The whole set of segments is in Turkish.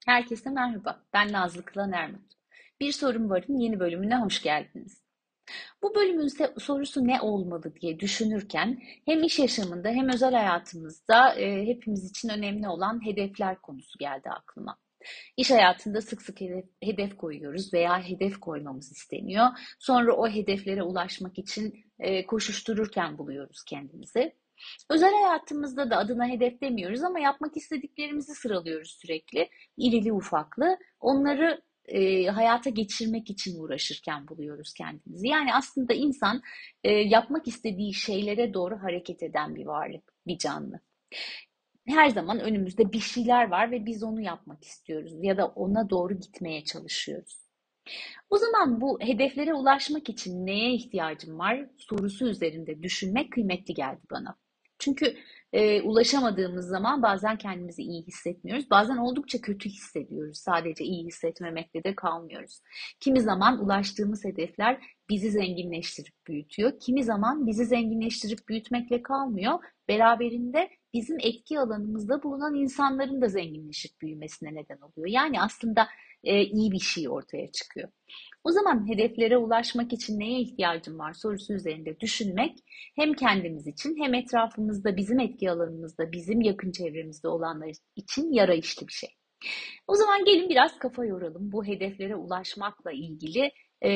Herkese merhaba. Ben Nazlı Kılan Ermut. Bir Sorun Var'ın yeni bölümüne hoş geldiniz. Bu bölümün sorusu ne olmalı diye düşünürken hem iş yaşamında hem özel hayatımızda hepimiz için önemli olan hedefler konusu geldi aklıma. İş hayatında sık sık hedef koyuyoruz veya hedef koymamız isteniyor. Sonra o hedeflere ulaşmak için koşuştururken buluyoruz kendimizi. Özel hayatımızda da adına hedef demiyoruz ama yapmak istediklerimizi sıralıyoruz sürekli. İrili ufaklı. Onları hayata geçirmek için uğraşırken buluyoruz kendimizi. Yani aslında insan yapmak istediği şeylere doğru hareket eden bir varlık, bir canlı. Her zaman önümüzde bir şeyler var ve biz onu yapmak istiyoruz ya da ona doğru gitmeye çalışıyoruz. O zaman bu hedeflere ulaşmak için neye ihtiyacım var sorusu üzerinde düşünmek kıymetli geldi bana. Çünkü ulaşamadığımız zaman bazen kendimizi iyi hissetmiyoruz. Bazen oldukça kötü hissediyoruz. Sadece iyi hissetmemekle de kalmıyoruz. Kimi zaman ulaştığımız hedefler bizi zenginleştirip büyütüyor. Kimi zaman bizi zenginleştirip büyütmekle kalmıyor. Beraberinde bizim etki alanımızda bulunan insanların da zenginleşip büyümesine neden oluyor. Yani aslında iyi bir şey ortaya çıkıyor. O zaman hedeflere ulaşmak için neye ihtiyacım var sorusu üzerinde düşünmek hem kendimiz için hem etrafımızda, bizim etki alanımızda, bizim yakın çevremizde olanlar için yarayışlı bir şey. O zaman gelin biraz kafa yoralım. Bu hedeflere ulaşmakla ilgili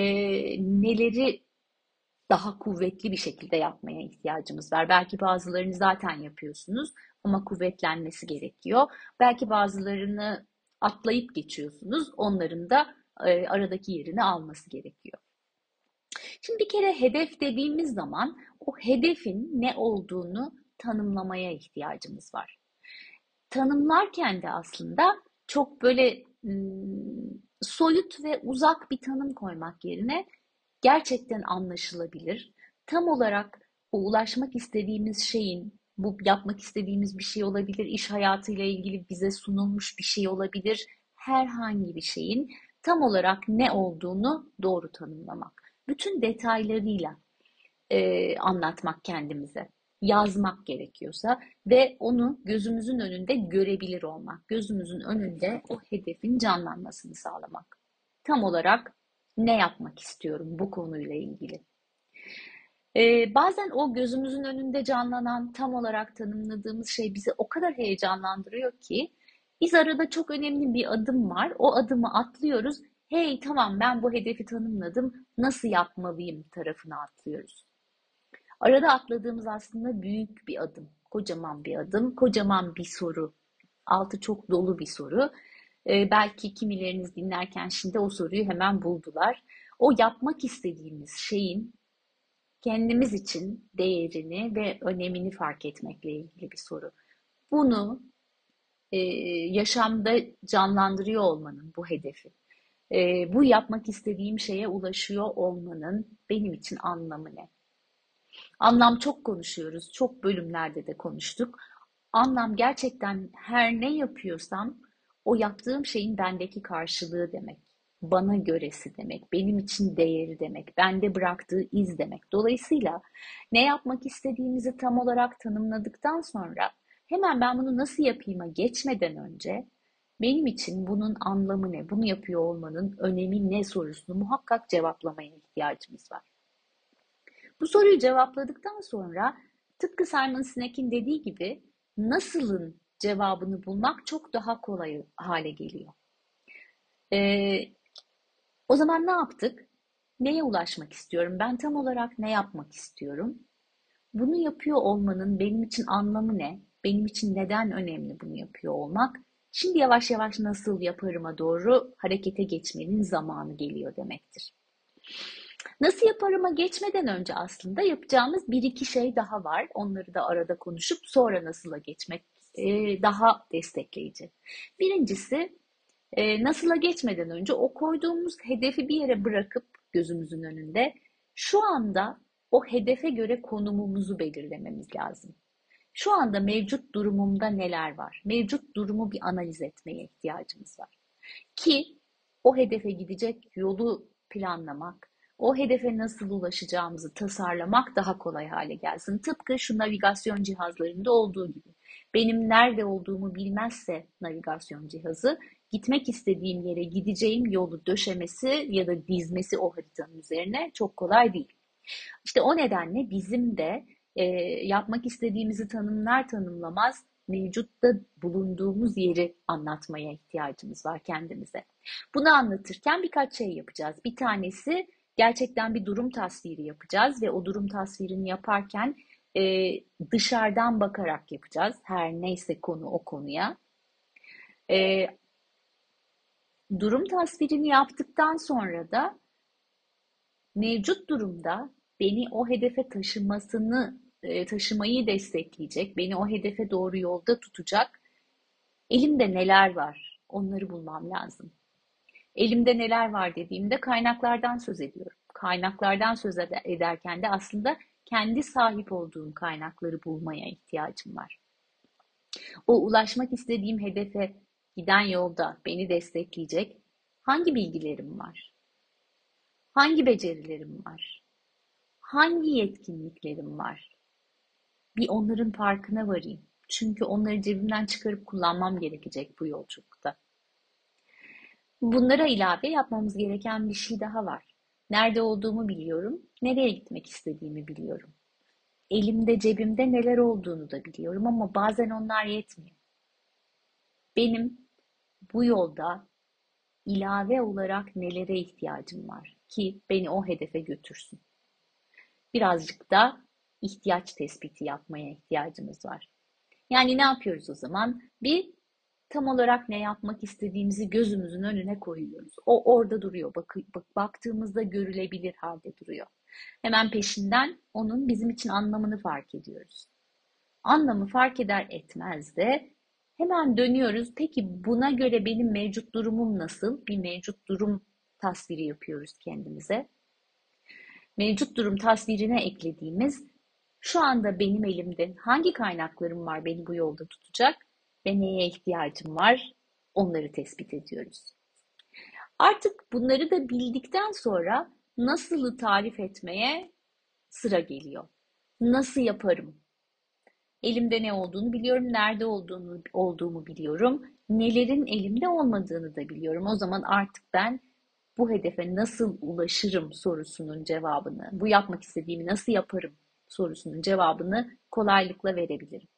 neleri daha kuvvetli bir şekilde yapmaya ihtiyacımız var. Belki bazılarını zaten yapıyorsunuz ama kuvvetlenmesi gerekiyor. Belki bazılarını atlayıp geçiyorsunuz. Onların da aradaki yerini alması gerekiyor. Şimdi bir kere hedef dediğimiz zaman o hedefin ne olduğunu tanımlamaya ihtiyacımız var. Tanımlarken de aslında çok böyle soyut ve uzak bir tanım koymak yerine gerçekten anlaşılabilir, tam olarak o ulaşmak istediğimiz şeyin, bu yapmak istediğimiz bir şey olabilir, iş hayatıyla ilgili bize sunulmuş bir şey olabilir, herhangi bir şeyin tam olarak ne olduğunu doğru tanımlamak. Bütün detaylarıyla anlatmak kendimize. Yazmak gerekiyorsa ve onu gözümüzün önünde görebilir olmak. Gözümüzün önünde o hedefin canlanmasını sağlamak. Tam olarak ne yapmak istiyorum bu konuyla ilgili. Bazen o gözümüzün önünde canlanan, tam olarak tanımladığımız şey bizi o kadar heyecanlandırıyor ki biz arada çok önemli bir adım var. O adımı atlıyoruz. Hey tamam ben bu hedefi tanımladım. Nasıl yapmalıyım tarafına atlıyoruz. Arada atladığımız aslında büyük bir adım, kocaman bir adım, kocaman bir soru. Altı çok dolu bir soru. Belki kimileriniz dinlerken şimdi o soruyu hemen buldular. O yapmak istediğimiz şeyin kendimiz için değerini ve önemini fark etmekle ilgili bir soru. Bunu e, yaşamda canlandırıyor olmanın bu hedefi, bu yapmak istediğim şeye ulaşıyor olmanın benim için anlamı ne? Anlam çok konuşuyoruz, çok bölümlerde de konuştuk. Anlam gerçekten her ne yapıyorsam o yaptığım şeyin bendeki karşılığı demek. Bana göresi demek, benim için değeri demek, bende bıraktığı iz demek. Dolayısıyla ne yapmak istediğimizi tam olarak tanımladıktan sonra hemen ben bunu nasıl yapayım'a geçmeden önce benim için bunun anlamı ne, bunu yapıyor olmanın önemi ne sorusunu muhakkak cevaplamaya ihtiyacımız var. Bu soruyu cevapladıktan sonra tıpkı Simon Sinek'in dediği gibi nasılın cevabını bulmak çok daha kolay hale geliyor. Ee, O zaman ne yaptık? Neye ulaşmak istiyorum? Ben tam olarak ne yapmak istiyorum? Bunu yapıyor olmanın benim için anlamı ne? Benim için neden önemli bunu yapıyor olmak? Şimdi yavaş yavaş nasıl yaparıma doğru harekete geçmenin zamanı geliyor demektir. Nasıl yaparıma geçmeden önce aslında yapacağımız bir iki şey daha var. Onları da arada konuşup sonra nasıla geçmek daha destekleyici. Birincisi nasıla geçmeden önce o koyduğumuz hedefi bir yere bırakıp gözümüzün önünde şu anda o hedefe göre konumumuzu belirlememiz lazım. Şu anda mevcut durumumda neler var? Mevcut durumu bir analiz etmeye ihtiyacımız var. Ki o hedefe gidecek yolu planlamak, o hedefe nasıl ulaşacağımızı tasarlamak daha kolay hale gelsin. Tıpkı şu navigasyon cihazlarında olduğu gibi. Benim nerede olduğumu bilmezse navigasyon cihazı gitmek istediğim yere gideceğim yolu döşemesi ya da dizmesi o haritanın üzerine çok kolay değil. İşte o nedenle bizim de yapmak istediğimizi tanımlar tanımlamaz mevcutta bulunduğumuz yeri anlatmaya ihtiyacımız var kendimize. Bunu anlatırken birkaç şey yapacağız. Bir tanesi gerçekten bir durum tasviri yapacağız ve o durum tasvirini yaparken dışarıdan bakarak yapacağız. Her neyse konu o konuya. E, Durum tasvirini yaptıktan sonra da mevcut durumda beni o hedefe taşımayı destekleyecek, beni o hedefe doğru yolda tutacak elimde neler var? Onları bulmam lazım. Elimde neler var dediğimde kaynaklardan söz ediyorum. Kaynaklardan söz ederken de aslında kendi sahip olduğum kaynakları bulmaya ihtiyacım var. O ulaşmak istediğim hedefe giden yolda beni destekleyecek hangi bilgilerim var? Hangi becerilerim var? Hangi yetkinliklerim var? Bir onların farkına varayım. Çünkü onları cebimden çıkarıp kullanmam gerekecek bu yolculukta. Bunlara ilave yapmamız gereken bir şey daha var. Nerede olduğumu biliyorum, nereye gitmek istediğimi biliyorum. Elimde, cebimde neler olduğunu da biliyorum ama bazen onlar yetmiyor. Benim bu yolda ilave olarak nelere ihtiyacım var ki beni o hedefe götürsün? Birazcık da ihtiyaç tespiti yapmaya ihtiyacımız var. Yani ne yapıyoruz o zaman? Bir, tam olarak ne yapmak istediğimizi gözümüzün önüne koyuyoruz. O orada duruyor. Baktığımızda görülebilir halde duruyor. Hemen peşinden onun bizim için anlamını fark ediyoruz. Anlamı fark eder etmez de hemen dönüyoruz. Peki buna göre benim mevcut durumum nasıl? Bir mevcut durum tasviri yapıyoruz kendimize. Mevcut durum tasvirine eklediğimiz şu anda benim elimde hangi kaynaklarım var beni bu yolda tutacak ve neye ihtiyacım var onları tespit ediyoruz. Artık bunları da bildikten sonra nasılı tarif etmeye sıra geliyor. Nasıl yaparım? Elimde ne olduğunu biliyorum, nerede olduğumu biliyorum, nelerin elimde olmadığını da biliyorum. O zaman artık ben bu hedefe nasıl ulaşırım sorusunun cevabını, bu yapmak istediğimi nasıl yaparım sorusunun cevabını kolaylıkla verebilirim.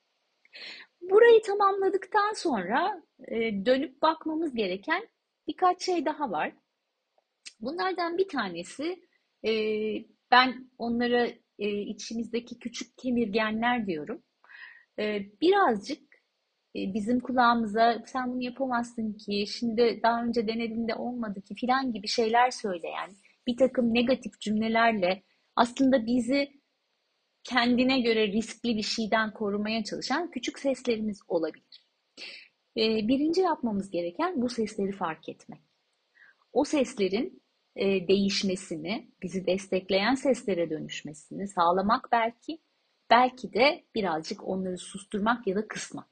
Burayı tamamladıktan sonra dönüp bakmamız gereken birkaç şey daha var. Bunlardan bir tanesi e, ben onlara içimizdeki küçük kemirgenler diyorum. Birazcık bizim kulağımıza sen bunu yapamazsın ki, şimdi daha önce denediğinde olmadı ki filan gibi şeyler söyleyen bir takım negatif cümlelerle aslında bizi kendine göre riskli bir şeyden korumaya çalışan küçük seslerimiz olabilir. Birinci yapmamız gereken bu sesleri fark etmek. O seslerin değişmesini, bizi destekleyen seslere dönüşmesini sağlamak belki de birazcık onları susturmak ya da kısmak.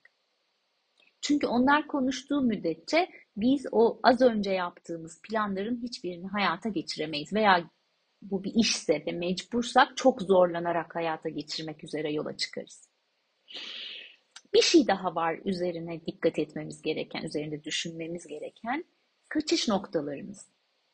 Çünkü onlar konuştuğu müddetçe biz o az önce yaptığımız planların hiçbirini hayata geçiremeyiz veya bu bir işse ve mecbursak çok zorlanarak hayata geçirmek üzere yola çıkarız. Bir şey daha var üzerine dikkat etmemiz gereken, üzerinde düşünmemiz gereken kaçış noktalarımız.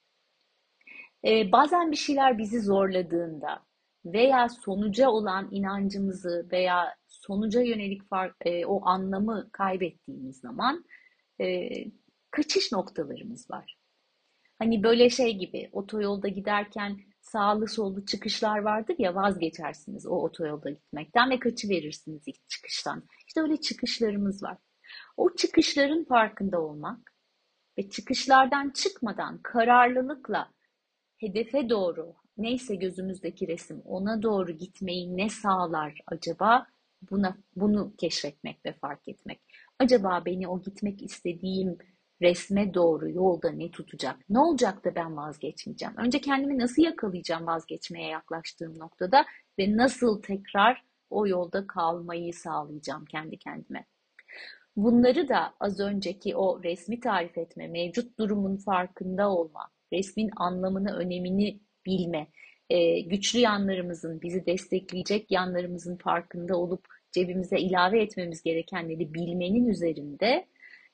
Bazen bir şeyler bizi zorladığında veya sonuca olan inancımızı veya sonuca yönelik o anlamı kaybettiğimiz zaman e, kaçış noktalarımız var. Hani böyle şey gibi otoyolda giderken sağlı sollu çıkışlar vardır ya, vazgeçersiniz o otoyolda gitmekten ve kaçıverirsiniz ilk çıkıştan. İşte öyle çıkışlarımız var. O çıkışların farkında olmak ve çıkışlardan çıkmadan kararlılıkla hedefe doğru neyse gözümüzdeki resim ona doğru gitmeyi ne sağlar acaba? Bunu keşfetmek ve fark etmek. Acaba beni o gitmek istediğim resme doğru yolda ne tutacak? Ne olacak da ben vazgeçmeyeceğim? Önce kendimi nasıl yakalayacağım vazgeçmeye yaklaştığım noktada ve nasıl tekrar o yolda kalmayı sağlayacağım kendi kendime? Bunları da az önceki o resmi tarif etme, mevcut durumun farkında olma, resmin anlamını, önemini bilme, güçlü yanlarımızın, bizi destekleyecek yanlarımızın farkında olup cebimize ilave etmemiz gerekenleri bilmenin üzerinde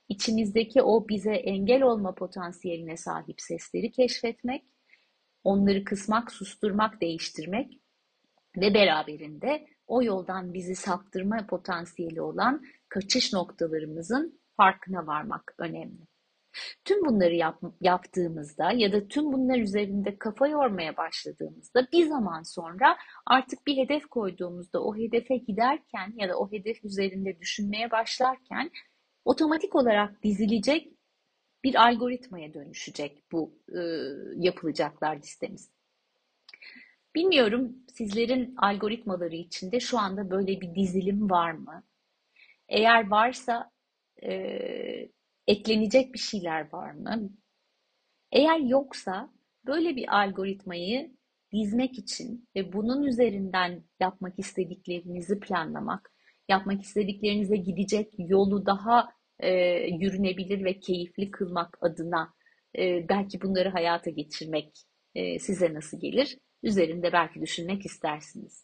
içimizdeki o bize engel olma potansiyeline sahip sesleri keşfetmek, onları kısmak, susturmak, değiştirmek ve beraberinde o yoldan bizi saptırma potansiyeli olan kaçış noktalarımızın farkına varmak önemli. Tüm bunları yaptığımızda ya da tüm bunlar üzerinde kafa yormaya başladığımızda bir zaman sonra artık bir hedef koyduğumuzda o hedefe giderken ya da o hedef üzerinde düşünmeye başlarken otomatik olarak dizilecek bir algoritmaya dönüşecek bu yapılacaklar listemiz. Bilmiyorum sizlerin algoritmaları içinde şu anda böyle bir dizilim var mı? Eğer varsa e, eklenecek bir şeyler var mı? Eğer yoksa böyle bir algoritmayı dizmek için ve bunun üzerinden yapmak istediklerinizi planlamak, yapmak istediklerinize gidecek yolu daha yürünebilir ve keyifli kılmak adına belki bunları hayata geçirmek size nasıl gelir? Üzerinde belki düşünmek istersiniz.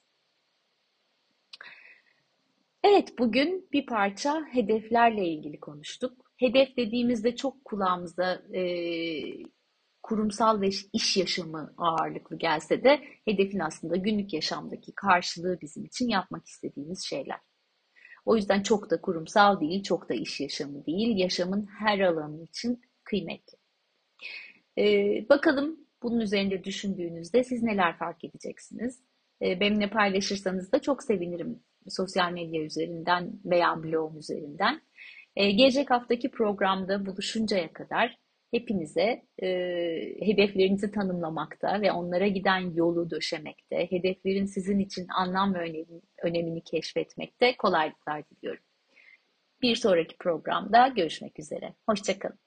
Evet, bugün bir parça hedeflerle ilgili konuştuk. Hedef dediğimizde çok kulağımıza kurumsal ve iş yaşamı ağırlıklı gelse de hedefin aslında günlük yaşamdaki karşılığı bizim için yapmak istediğimiz şeyler. O yüzden çok da kurumsal değil, çok da iş yaşamı değil, yaşamın her alanı için kıymetli. Bakalım bunun üzerinde düşündüğünüzde siz neler fark edeceksiniz? Benimle paylaşırsanız da çok sevinirim sosyal medya üzerinden veya blogum üzerinden. Gelecek haftaki programda buluşuncaya kadar hepinize hedeflerinizi tanımlamakta ve onlara giden yolu döşemekte, hedeflerin sizin için anlam ve önemini keşfetmekte kolaylıklar diliyorum. Bir sonraki programda görüşmek üzere. Hoşça kalın.